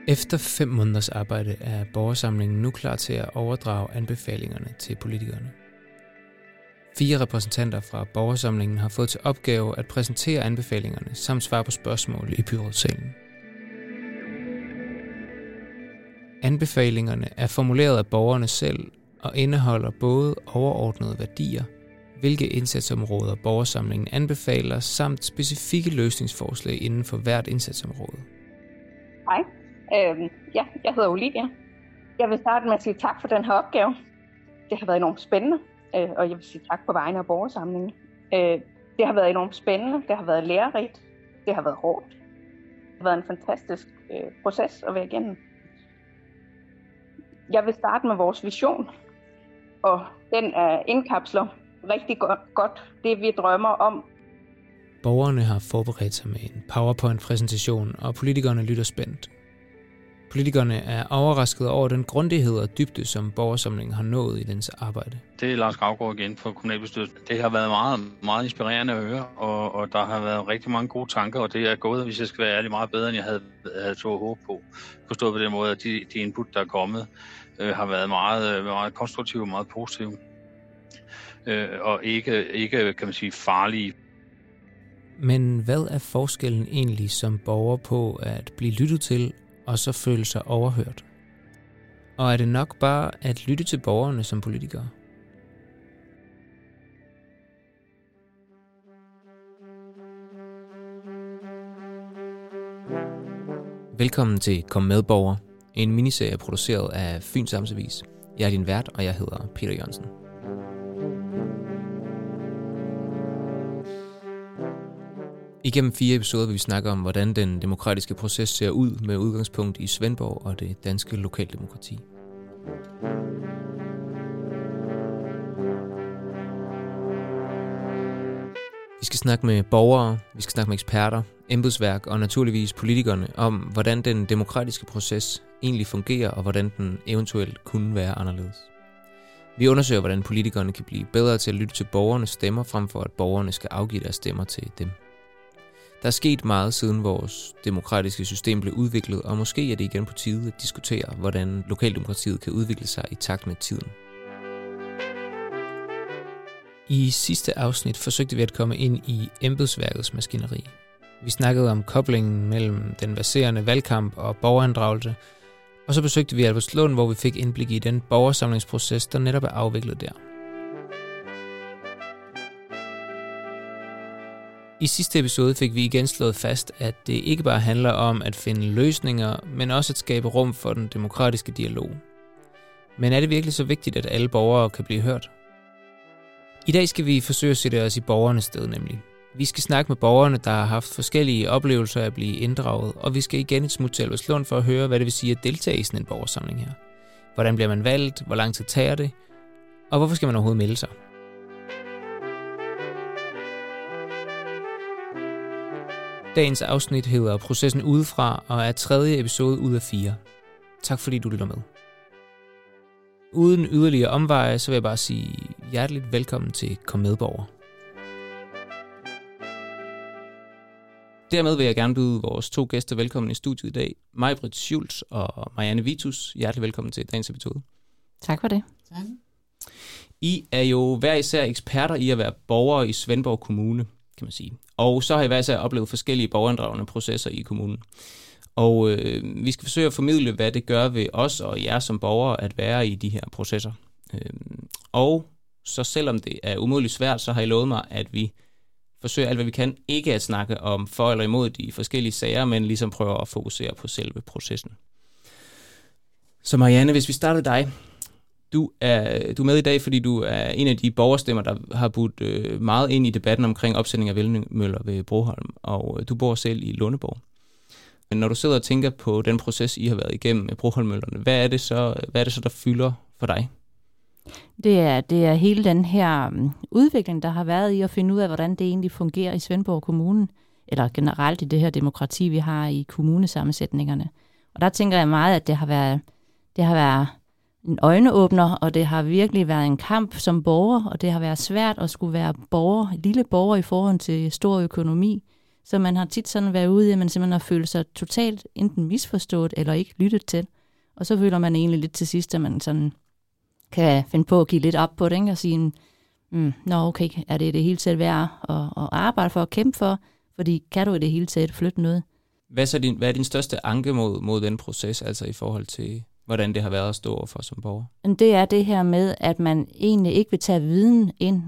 Efter 5 måneders arbejde er borgersamlingen nu klar til at overdrage anbefalingerne til politikerne. 4 repræsentanter fra borgersamlingen har fået til opgave at præsentere anbefalingerne samt svare på spørgsmål i byrådssalen. Anbefalingerne er formuleret af borgerne selv og indeholder både overordnede værdier, hvilke indsatsområder borgersamlingen anbefaler, samt specifikke løsningsforslag inden for hvert indsatsområde. Hej, jeg hedder Olivia. Jeg vil starte med at sige tak for den her opgave. Det har været enormt spændende, og jeg vil sige tak på vegne af borgersamlingen. Det har været enormt spændende, det har været lærerigt, det har været hårdt. Det har været en fantastisk proces at være igennem. Jeg vil starte med vores vision, og den indkapsler rigtig godt det, vi drømmer om. Borgerne har forberedt sig med en PowerPoint-præsentation, og politikerne lytter spændt. Politikerne er overrasket over den grundighed og dybde, som borgersamlingen har nået i dens arbejde. Det er Lars Gravgaard igen fra kommunalbestyrelsen. Det har været meget, meget inspirerende at høre, og der har været rigtig mange gode tanker, og det er gået, hvis jeg skal være ærlig, meget bedre, end jeg havde så håb på. Forstået på den måde, at de input, der er kommet, har været meget konstruktive og meget positive. Og ikke, kan man sige, farlige. Men hvad er forskellen egentlig som borger på at blive lyttet til og så føle sig overhørt? Og er det nok bare at lytte til borgerne som politikere? Velkommen til Kom med, borger, en miniserie produceret af Fyns Amtsavis. Jeg er din vært, og jeg hedder Peter Jørgensen. Igennem 4 episoder vil vi snakke om, hvordan den demokratiske proces ser ud med udgangspunkt i Svendborg og det danske lokaldemokrati. Vi skal snakke med borgere, vi skal snakke med eksperter, embedsværk og naturligvis politikerne om, hvordan den demokratiske proces egentlig fungerer og hvordan den eventuelt kunne være anderledes. Vi undersøger, hvordan politikerne kan blive bedre til at lytte til borgernes stemmer, frem for at borgerne skal afgive deres stemmer til dem. Der er sket meget siden vores demokratiske system blev udviklet, og måske er det igen på tide at diskutere, hvordan lokaldemokratiet kan udvikle sig i takt med tiden. I sidste afsnit forsøgte vi at komme ind i embedsværkets maskineri. Vi snakkede om koblingen mellem den verserende valgkamp og borgerinddragelse, og så besøgte vi Albertslund, hvor vi fik indblik i den borgersamlingsproces, der netop er afviklet der. I sidste episode fik vi igen slået fast, at det ikke bare handler om at finde løsninger, men også at skabe rum for den demokratiske dialog. Men er det virkelig så vigtigt, at alle borgere kan blive hørt? I dag skal vi forsøge at sætte os i borgernes sted nemlig. Vi skal snakke med borgerne, der har haft forskellige oplevelser af at blive inddraget, og vi skal igen et smut til Albertslund for at høre, hvad det vil sige at deltage i sådan en borgersamling her. Hvordan bliver man valgt? Hvor lang tid tager det? Og hvorfor skal man overhovedet melde sig? Dagens afsnit hedder Processen udefra og er 3. episode ud af 4. Tak fordi du lytter med. Uden yderligere omveje, så vil jeg bare sige hjerteligt velkommen til Kom med, borger. Dermed vil jeg gerne byde vores 2 gæster velkommen i studiet i dag. Maj-Britt Schultz og Marianne Vitus. Hjertelig velkommen til dagens episode. Tak for det. Tak. I er jo hver især eksperter i at være borgere i Svendborg Kommune, kan man sige. Og så har I hver især oplevet forskellige borgerinddragende processer i kommunen. Og vi skal forsøge at formidle, hvad det gør ved os og jer som borgere at være i de her processer. Og så selvom det er umådeligt svært, så har I lovet mig, at vi forsøger alt, hvad vi kan, ikke at snakke om for eller imod de forskellige sager, men ligesom prøver at fokusere på selve processen. Så Marianne, hvis vi starter dig. Du er med i dag, fordi du er en af de borgerstemmer, der har budt meget ind i debatten omkring opsætning af vindmøller ved Broholm, og du bor selv i Lundeborg. Men når du sidder og tænker på den proces, I har været igennem med Broholmmøllerne, hvad er det så, der fylder for dig? Det er hele den her udvikling, der har været i at finde ud af, hvordan det egentlig fungerer i Svendborg Kommune, eller generelt i det her demokrati, vi har i kommunesammensætningerne. Og der tænker jeg meget, at det har været en øjneåbner, og det har virkelig været en kamp som borger, og det har været svært at skulle være lille borger i forhold til stor økonomi. Så man har tit sådan været ude i, at man simpelthen har følt sig totalt enten misforstået eller ikke lyttet til. Og så føler man egentlig lidt til sidst, at man sådan kan finde på at give lidt op på det, ikke? Og sige, okay, er det det hele taget værd at arbejde for, at kæmpe for? Fordi kan du i det hele taget flytte noget? Hvad er din største anke mod den proces, altså i forhold til, hvordan det har været at stå overfor som borger? Det er det her med, at man egentlig ikke vil tage viden ind.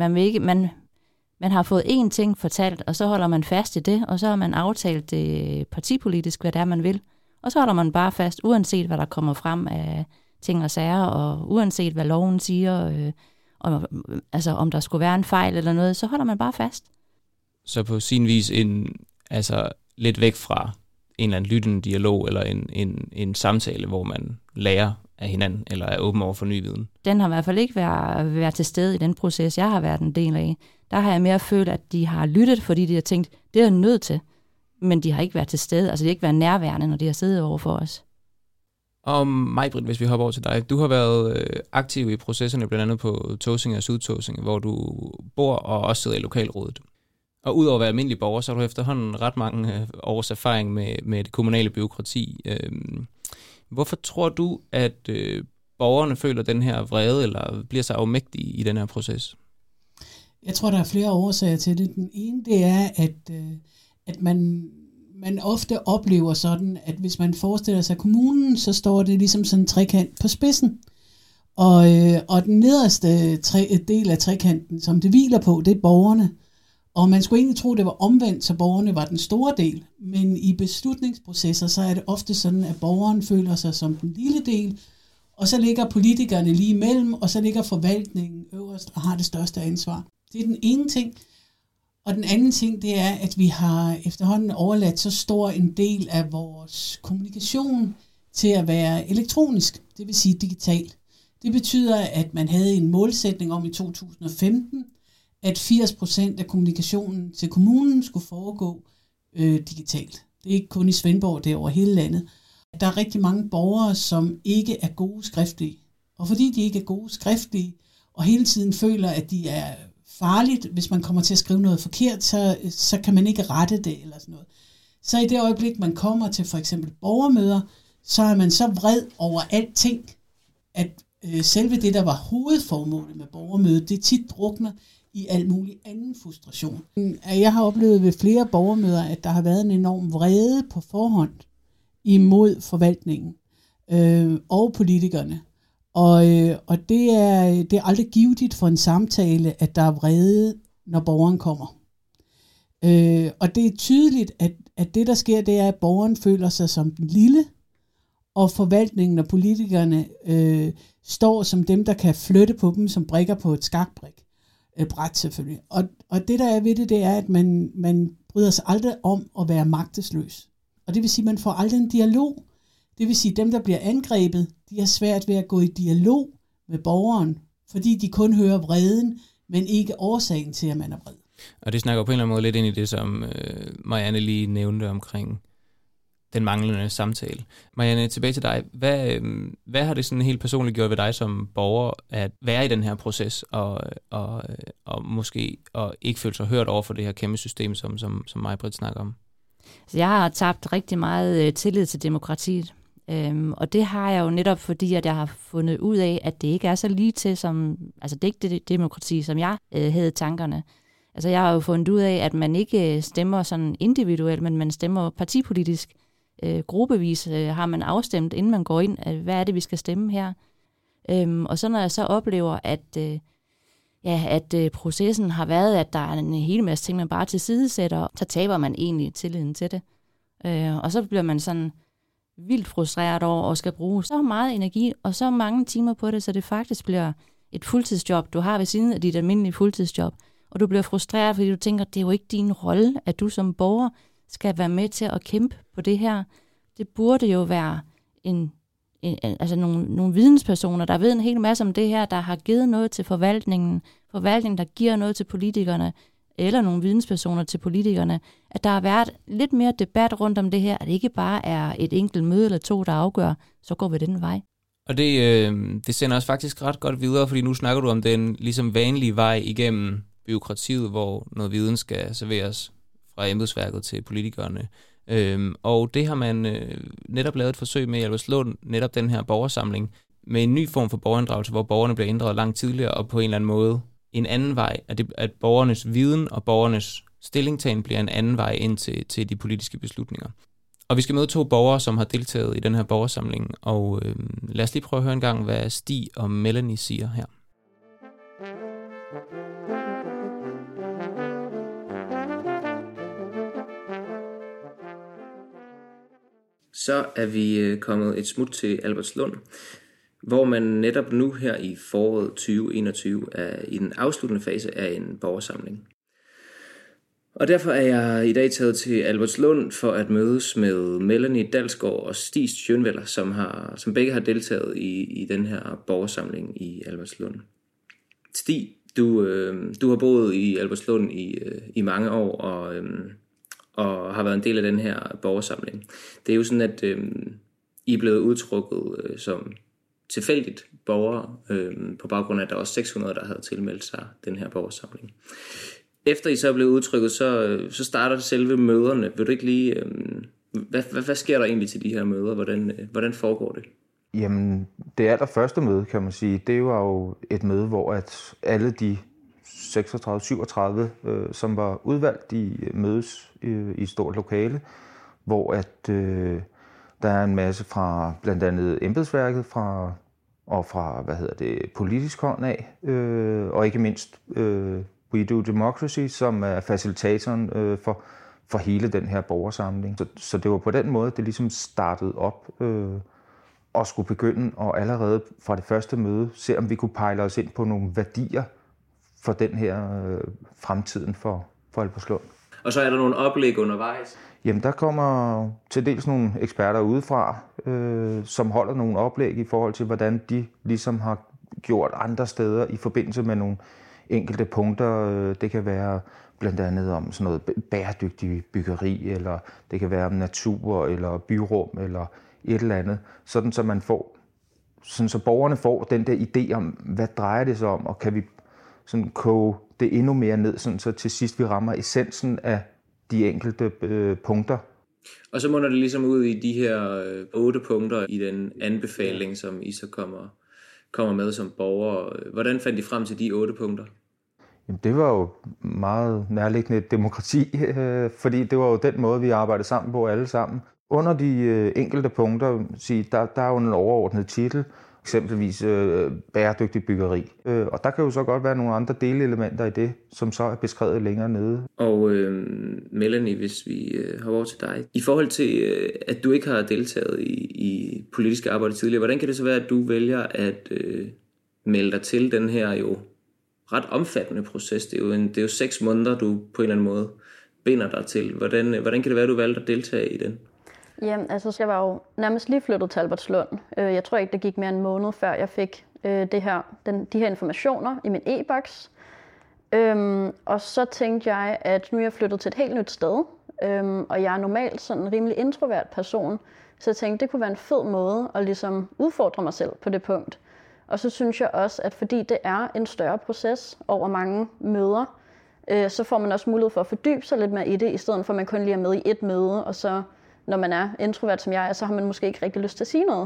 Man har fået én ting fortalt, og så holder man fast i det, og så har man aftalt det partipolitisk, hvad det er, man vil. Og så holder man bare fast, uanset hvad der kommer frem af ting og sager, og uanset hvad loven siger, altså om der skulle være en fejl eller noget, så holder man bare fast. Så på sin vis lidt væk fra en eller anden lyttende dialog, eller en samtale, hvor man lærer af hinanden, eller er åben over for ny viden. Den har i hvert fald ikke været til stede i den proces, jeg har været en del af. Der har jeg mere følt, at de har lyttet, fordi de har tænkt, det er jeg nødt til. Men de har ikke været til stede, altså de har ikke været nærværende, når de har siddet over for os. Og Maj-Britt, hvis vi hopper over til dig. Du har været aktiv i processerne, blandt andet på Tåsinge og Sydtåsinge, hvor du bor og også sidder i lokalrådet. Og udover at være almindelig borger, så har du efterhånden ret mange års erfaring med det kommunale bureaukrati. Hvorfor tror du, at borgerne føler den her vrede, eller bliver så afmægtige i den her proces? Jeg tror, der er flere årsager til det. Den ene, det er, at man ofte oplever sådan, at hvis man forestiller sig kommunen, så står det ligesom sådan en trekant på spidsen. Og den nederste del af trekanten, som det hviler på, det er borgerne. Og man skulle egentlig tro, det var omvendt, så borgerne var den store del. Men i beslutningsprocesser, så er det ofte sådan, at borgeren føler sig som den lille del, og så ligger politikerne lige imellem, og så ligger forvaltningen øverst og har det største ansvar. Det er den ene ting. Og den anden ting, det er, at vi har efterhånden overladt så stor en del af vores kommunikation til at være elektronisk, det vil sige digital. Det betyder, at man havde en målsætning om i 2015, at 80% af kommunikationen til kommunen skulle foregå digitalt. Det er ikke kun i Svendborg, det er over hele landet. Der er rigtig mange borgere, som ikke er gode skriftlige. Og fordi de ikke er gode skriftlige, og hele tiden føler, at de er farligt, hvis man kommer til at skrive noget forkert, så kan man ikke rette det eller sådan noget. Så i det øjeblik, man kommer til for eksempel borgermøder, så er man så vred over alting, at selve det, der var hovedformålet med borgermødet, det tit drukner i al mulig anden frustration. Jeg har oplevet ved flere borgermøder, at der har været en enorm vrede på forhånd imod forvaltningen og politikerne. Og det er aldrig givetigt for en samtale, at der er vrede, når borgeren kommer. Og det er tydeligt, at det, der sker, det er, at borgeren føler sig som den lille, og forvaltningen og politikerne står som dem, der kan flytte på dem, som brikker på et skakbrik. Bræt selvfølgelig. Og det, der er ved det, det er, at man bryder sig aldrig om at være magtesløs. Og det vil sige, at man får aldrig en dialog. Det vil sige, at dem, der bliver angrebet, de har svært ved at gå i dialog med borgeren, fordi de kun hører vreden, men ikke årsagen til, at man er vred. Og det snakker på en eller anden måde lidt ind i det, som Marianne lige nævnte omkring den manglende samtale. Marianne, tilbage til dig. Hvad har det sådan helt personligt gjort ved dig som borger, at være i den her proces, og måske og ikke føle sig hørt over for det her kæmpe system, som Maj-Britt snakker om? Så jeg har tabt rigtig meget tillid til demokratiet. Og det har jeg jo netop fordi, at jeg har fundet ud af, at det ikke er så lige til som, altså det er ikke det demokrati, som jeg havde i tankerne. Altså jeg har jo fundet ud af, at man ikke stemmer sådan individuelt, men man stemmer partipolitisk. Gruppevis har man afstemt, inden man går ind, hvad er det, vi skal stemme her. Og så når jeg så oplever, at processen har været, at der er en hel masse ting, man bare tilsidesætter, så taber man egentlig tilliden til det. Og så bliver man sådan vildt frustreret over at skal bruge så meget energi og så mange timer på det, så det faktisk bliver et fuldtidsjob, du har ved siden af dit almindelige fuldtidsjob. Og du bliver frustreret, fordi du tænker, det er jo ikke din rolle, at du som borger skal være med til at kæmpe på det her. Det burde jo være altså nogle videnspersoner, der ved en hel masse om det her, der har givet noget til forvaltningen, der giver noget til politikerne, eller nogle videnspersoner til politikerne, at der har været lidt mere debat rundt om det her, at det ikke bare er et enkelt møde eller to, der afgør, så går vi den vej. Og det sender os faktisk ret godt videre, fordi nu snakker du om den ligesom vanlige vej igennem bureaukratiet, hvor noget viden skal serveres fra embedsværket til politikerne. Og det har man netop lavet et forsøg med i Albertslund, netop den her borgersamling, med en ny form for borgerinddragelse, hvor borgerne bliver inddraget langt tidligere, og på en eller anden måde en anden vej, at borgernes viden og borgernes stillingtagen bliver en anden vej ind til de politiske beslutninger. Og vi skal møde 2 borgere, som har deltaget i den her borgersamling, og lad os lige prøve at høre en gang, hvad Stig og Melanie siger her. Så er vi kommet et smut til Albertslund, hvor man netop nu her i foråret 2021 er i den afsluttende fase af en borgersamling. Og derfor er jeg i dag taget til Albertslund for at mødes med Melanie Dalsgaard og Stig Schönweller, som begge har deltaget i den her borgersamling i Albertslund. Stig, du har boet i Albertslund i mange år og har været en del af den her borgersamling. Det er jo sådan, at I er blevet udtrukket som tilfældigt borgere på baggrund af, at der var 600, der havde tilmeldt sig den her borgersamling. Efter I så er blevet udtrykket, så starter selve møderne. Vil du ikke lige, hvad sker der egentlig til de her møder? Hvordan foregår det? Jamen, det allerførste møde, kan man sige, det var jo et møde, hvor at alle de 36-37, som var udvalgt, de mødes i et stort lokale, hvor at der er en masse fra blandt andet embedsværket fra politisk hånd af, og ikke mindst We Do Democracy, som er facilitatoren for hele den her borgersamling. Så det var på den måde, det ligesom startede op og skulle begynde, og allerede fra det første møde, se om vi kunne pejle os ind på nogle værdier for den her fremtiden for Albertslund. Og så er der nogle oplæg undervejs? Jamen, der kommer til dels nogle eksperter udefra, som holder nogle oplæg i forhold til, hvordan de ligesom har gjort andre steder i forbindelse med nogle enkelte punkter. Det kan være blandt andet om sådan noget bæredygtig byggeri, eller det kan være om natur, eller byrum, eller et eller andet. Sådan så borgerne får den der idé om, hvad drejer det sig om, og kan vi sådan koge det endnu mere ned, sådan så til sidst vi rammer essensen af de enkelte punkter. Og så munder det ligesom ud i de her 8 punkter i den anbefaling, som I så kommer med som borgere. Hvordan fandt I frem til de 8 punkter? Jamen, det var jo meget nærliggende demokrati, fordi det var jo den måde, vi arbejdede sammen på alle sammen. Under de enkelte punkter, der er jo en overordnet titel, eksempelvis bæredygtig byggeri. Og der kan jo så godt være nogle andre delelementer i det, som så er beskrevet længere nede. Og Melanie, hvis vi hopper over til dig. I forhold til, at du ikke har deltaget i politisk arbejde tidligere, hvordan kan det så være, at du vælger at melde dig til den her jo ret omfattende proces? Det er jo 6 måneder, du på en eller anden måde binder dig til. Hvordan kan det være, at du valgte at deltage i den? Jamen, altså, jeg var jo nærmest lige flyttet til Albertslund. Jeg tror ikke, det gik mere end en måned, før jeg fik de her informationer i min e-boks. Og så tænkte jeg, at nu er jeg flyttet til et helt nyt sted, og jeg er normalt sådan en rimelig introvert person, så jeg tænkte, det kunne være en fed måde at ligesom udfordre mig selv på det punkt. Og så synes jeg også, at fordi det er en større proces over mange møder, så får man også mulighed for at fordybe sig lidt mere i det, i stedet for at man kun lige er med i et møde, og så når man er introvert som jeg er, så har man måske ikke rigtig lyst til at sige noget.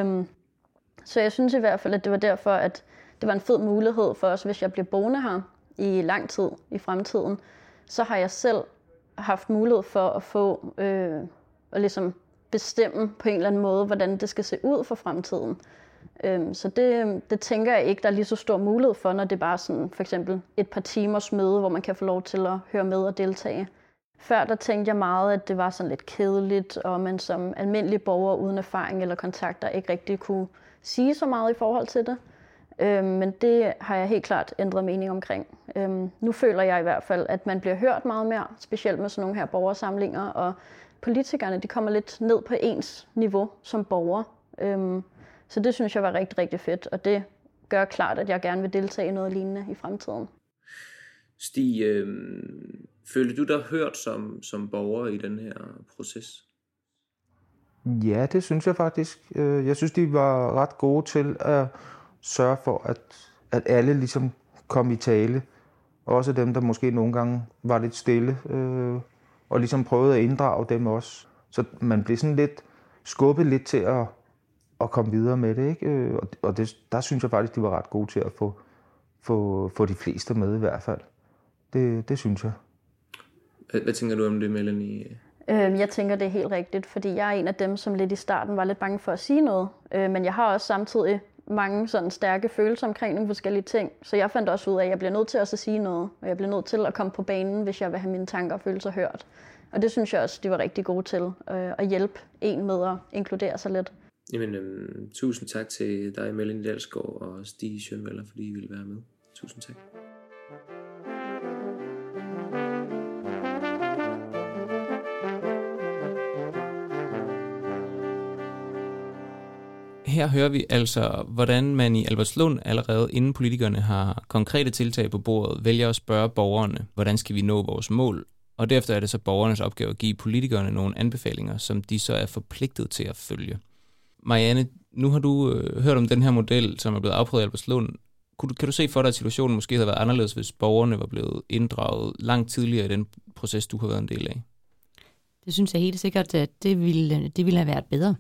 Så jeg synes i hvert fald, at det var derfor, at det var en fed mulighed for os, hvis jeg bliver boende her i lang tid i fremtiden, så har jeg selv haft mulighed for at få og ligesom bestemme på en eller anden måde, hvordan det skal se ud for fremtiden. Så det tænker jeg ikke, der er lige så stor mulighed for, når det er bare sådan for eksempel et par timers møde, hvor man kan få lov til at høre med og deltage. Før der tænkte jeg meget, at det var sådan lidt kedeligt, og man som almindelig borger uden erfaring eller kontakter ikke rigtig kunne sige så meget i forhold til det. Men det har jeg helt klart ændret mening omkring. Nu føler jeg i hvert fald, at man bliver hørt meget mere, specielt med sådan nogle her borgersamlinger, og politikerne de kommer lidt ned på ens niveau som borger. Så det synes jeg var rigtig, rigtig fedt, og det gør klart, at jeg gerne vil deltage i noget lignende i fremtiden. Stig, følte du dig hørt som borger i den her proces? Ja, det synes jeg faktisk. Jeg synes, de var ret gode til at sørge for, at alle ligesom kom i tale. Også dem, der måske nogle gange var lidt stille, og ligesom prøvede at inddrage dem også. Så man blev sådan lidt skubbet lidt til at komme videre med det, ikke? Og der synes jeg faktisk, de var ret gode til at få de fleste med i hvert fald. Det synes jeg. Hvad tænker du om det, Melanie? Jeg tænker, det er helt rigtigt, fordi jeg er en af dem, som lidt i starten var lidt bange for at sige noget. Men jeg har også samtidig mange sådan stærke følelser omkring nogle forskellige ting. Så jeg fandt også ud af, at jeg bliver nødt til også at sige noget. Og jeg bliver nødt til at komme på banen, hvis jeg vil have mine tanker og følelser hørt. Og det synes jeg også, de var rigtig gode til. At hjælpe en med at inkludere sig lidt. Jamen, tusind tak til dig, Melanie Dalsgaard og Stig Schønwalder, fordi I ville være med. Tusind tak. Her hører vi altså, hvordan man i Albertslund allerede inden politikerne har konkrete tiltag på bordet, vælger at spørge borgerne, hvordan skal vi nå vores mål, og derefter er det så borgernes opgave at give politikerne nogle anbefalinger, som de så er forpligtet til at følge. Marianne, nu har du hørt om den her model, som er blevet afprøvet i Albertslund. Kan du se for dig, at situationen måske havde været anderledes, hvis borgerne var blevet inddraget langt tidligere i den proces, du har været en del af? Det synes jeg helt sikkert, at det ville have været bedre.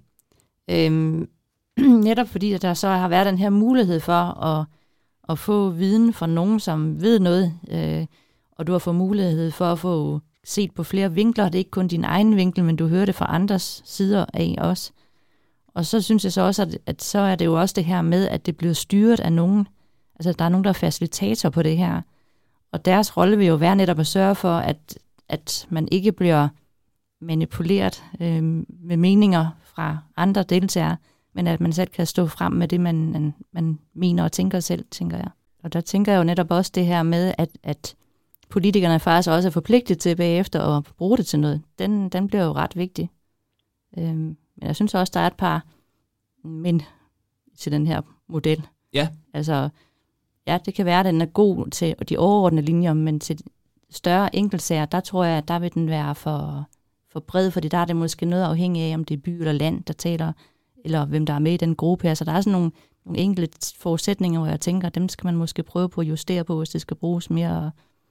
Netop fordi, at der så har været den her mulighed for at få viden fra nogen, som ved noget, og du har fået mulighed for at få set på flere vinkler. Det er ikke kun din egen vinkel, men du hører det fra andres sider af også. Og så synes jeg så også, at så er det jo også det her med, at det bliver styret af nogen. Altså, der er nogen, der er facilitator på det her. Og deres rolle vil jo være netop at sørge for, at man ikke bliver manipuleret med meninger fra andre deltagere, men at man selv kan stå frem med det, man mener og tænker selv, tænker jeg. Og der tænker jeg jo netop også det her med, at politikerne faktisk også er forpligtet til bagefter at bruge det til noget. Den bliver jo ret vigtig. Men jeg synes også, der er et par men til den her model. Ja. Altså, ja, det kan være, at den er god til de overordnede linjer, men til større enkeltsager, der tror jeg, at der vil den være for bred, fordi der er det måske noget afhængigt af, om det er by eller land, der taler, eller hvem der er med i den gruppe her. Så der er sådan nogle enkelte forudsætninger, hvor jeg tænker, dem skal man måske prøve på at justere på, hvis det skal bruges mere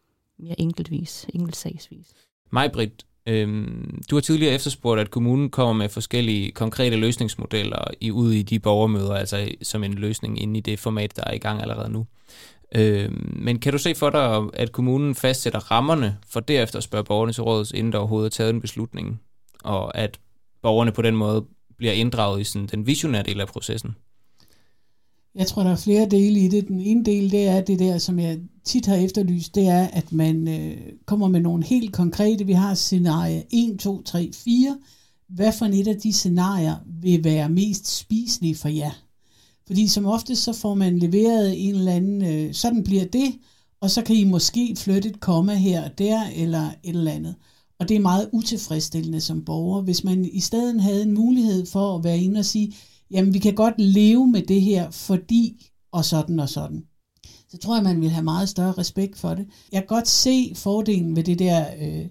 enkeltsagsvis. Maj-Britt, du har tidligere efterspurgt, at kommunen kommer med forskellige konkrete løsningsmodeller ude i de borgermøder, altså som en løsning inde i det format, der er i gang allerede nu. Men kan du se for dig, at kommunen fastsætter rammerne for derefter at spørge borgerne til råds, inden der overhovedet er taget en beslutning, og at borgerne på den måde bliver inddraget i sådan den visionære del af processen? Jeg tror, der er flere dele i det. Den ene del, det er det der, som jeg tit har efterlyst, det er, at man kommer med nogle helt konkrete. Vi har scenarie 1, 2, 3, 4. Hvad for et af de scenarier vil være mest spiselige for jer? Fordi som oftest, så får man leveret en eller anden, sådan bliver det, og så kan I måske flytte et komma her og der, eller et eller andet. Og det er meget utilfredsstillende som borger. Hvis man i stedet havde en mulighed for at være inde og sige, jamen vi kan godt leve med det her, fordi og sådan og sådan. Så tror jeg, man vil have meget større respekt for det. Jeg kan godt se fordelen ved det der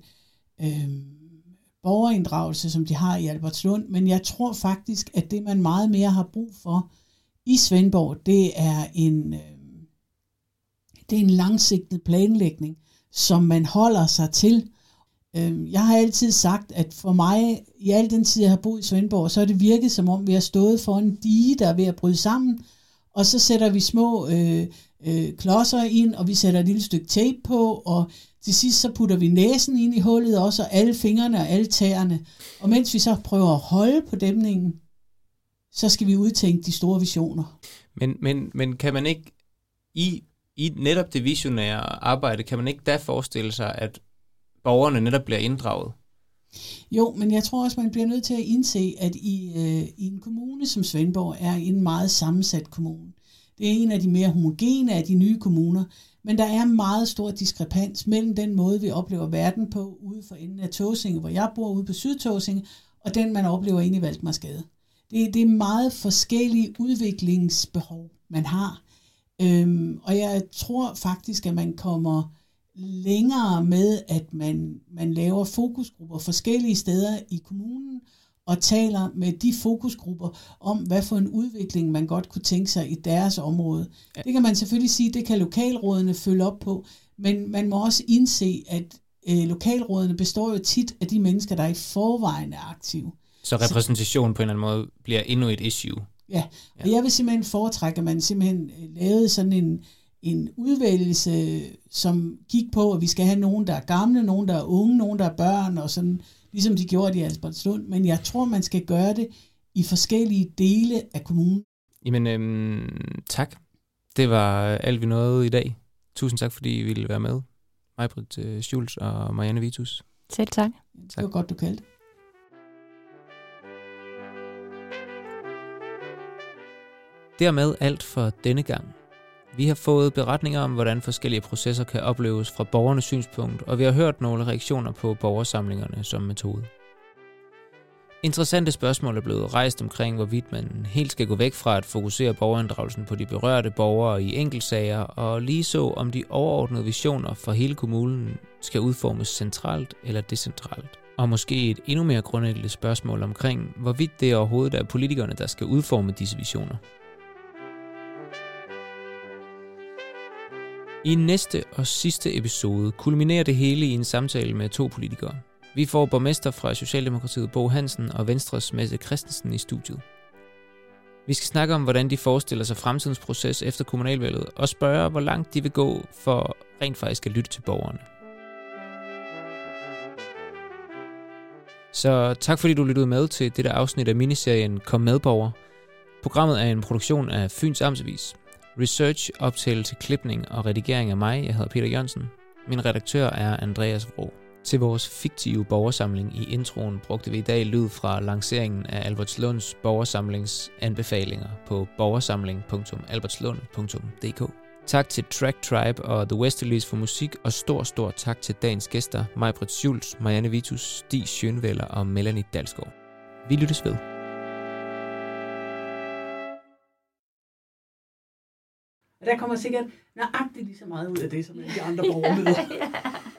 borgerinddragelse, som de har i Albertslund, men jeg tror faktisk, at det man meget mere har brug for i Svendborg, det er en langsigtet planlægning, som man holder sig til. Jeg har altid sagt, at for mig, i al den tid, jeg har boet i Svendborg, så har det virket, som om vi har stået for en dige, der er ved at bryde sammen, og så sætter vi små klodser ind, og vi sætter et lille stykke tape på, og til sidst så putter vi næsen ind i hullet også, og alle fingrene og alle tæerne. Og mens vi så prøver at holde på dæmningen, så skal vi udtænke de store visioner. Men kan man ikke, i netop det visionære arbejde, kan man ikke da forestille sig, at borgerne netop bliver inddraget? Jo, men jeg tror også, man bliver nødt til at indse, at i en kommune som Svendborg er en meget sammensat kommune. Det er en af de mere homogene af de nye kommuner, men der er meget stor diskrepans mellem den måde, vi oplever verden på ude for enden af Tåsinge, hvor jeg bor ude på Sydtåsinge, og den, man oplever inde i Valdemarsgade. Det er meget forskellige udviklingsbehov, man har. Og jeg tror faktisk, at man kommer længere med, at man laver fokusgrupper forskellige steder i kommunen, og taler med de fokusgrupper om, hvad for en udvikling man godt kunne tænke sig i deres område. Ja. Det kan man selvfølgelig sige, det kan lokalrådene følge op på, men man må også indse, at lokalrådene består jo tit af de mennesker, der i forvejen er aktive. Så repræsentation på en eller anden måde bliver endnu et issue. Ja, og jeg vil simpelthen foretrække, at man simpelthen lavede sådan en udvælgelse, som gik på, at vi skal have nogen, der er gamle, nogen, der er unge, nogen, der er børn, og sådan, ligesom de gjorde i Albertslund. Men jeg tror, man skal gøre det i forskellige dele af kommunen. Jamen, tak. Det var alt, vi nåede i dag. Tusind tak, fordi I ville være med. Maj-Britt Schultz og Marianne Vitus. Selv tak. Det var godt, du kaldte. Dermed alt for denne gang. Vi har fået beretninger om, hvordan forskellige processer kan opleves fra borgernes synspunkt, og vi har hørt nogle reaktioner på borgersamlingerne som metode. Interessante spørgsmål er blevet rejst omkring, hvorvidt man helt skal gå væk fra at fokusere borgerinddragelsen på de berørte borgere i enkeltsager, og lige så om de overordnede visioner for hele kommunen skal udformes centralt eller decentralt. Og måske et endnu mere grundlæggende spørgsmål omkring, hvorvidt det overhovedet er politikerne, der skal udforme disse visioner. I næste og sidste episode kulminerer det hele i en samtale med 2 politikere. Vi får borgmester fra Socialdemokratiet Bo Hansen og Venstres Mette Christensen i studiet. Vi skal snakke om, hvordan de forestiller sig fremtidens proces efter kommunalvalget, og spørge, hvor langt de vil gå for rent faktisk at lytte til borgerne. Så tak fordi du lyttede med til dette afsnit af miniserien Kom med, borger. Programmet er en produktion af Fyns Amtsavis. Research, optagelse, klipning og redigering af mig. Jeg hedder Peter Jørgensen. Min redaktør er Andreas Vrå. Til vores fiktive borgersamling i introen brugte vi i dag lyd fra lanceringen af Albertslunds borgersamlingsanbefalinger på borgersamling.albertslund.dk. Tak til Track Tribe og The Westerlies for musik, og stor tak til dagens gæster, Maj-Britt Schultz, Marianne Vitus, Stig Schönweller og Melanie Dalsgaard. Vi lyttes ved. Der kommer sikkert nøjagtigt lige så meget ud af det, som de andre borgermøder.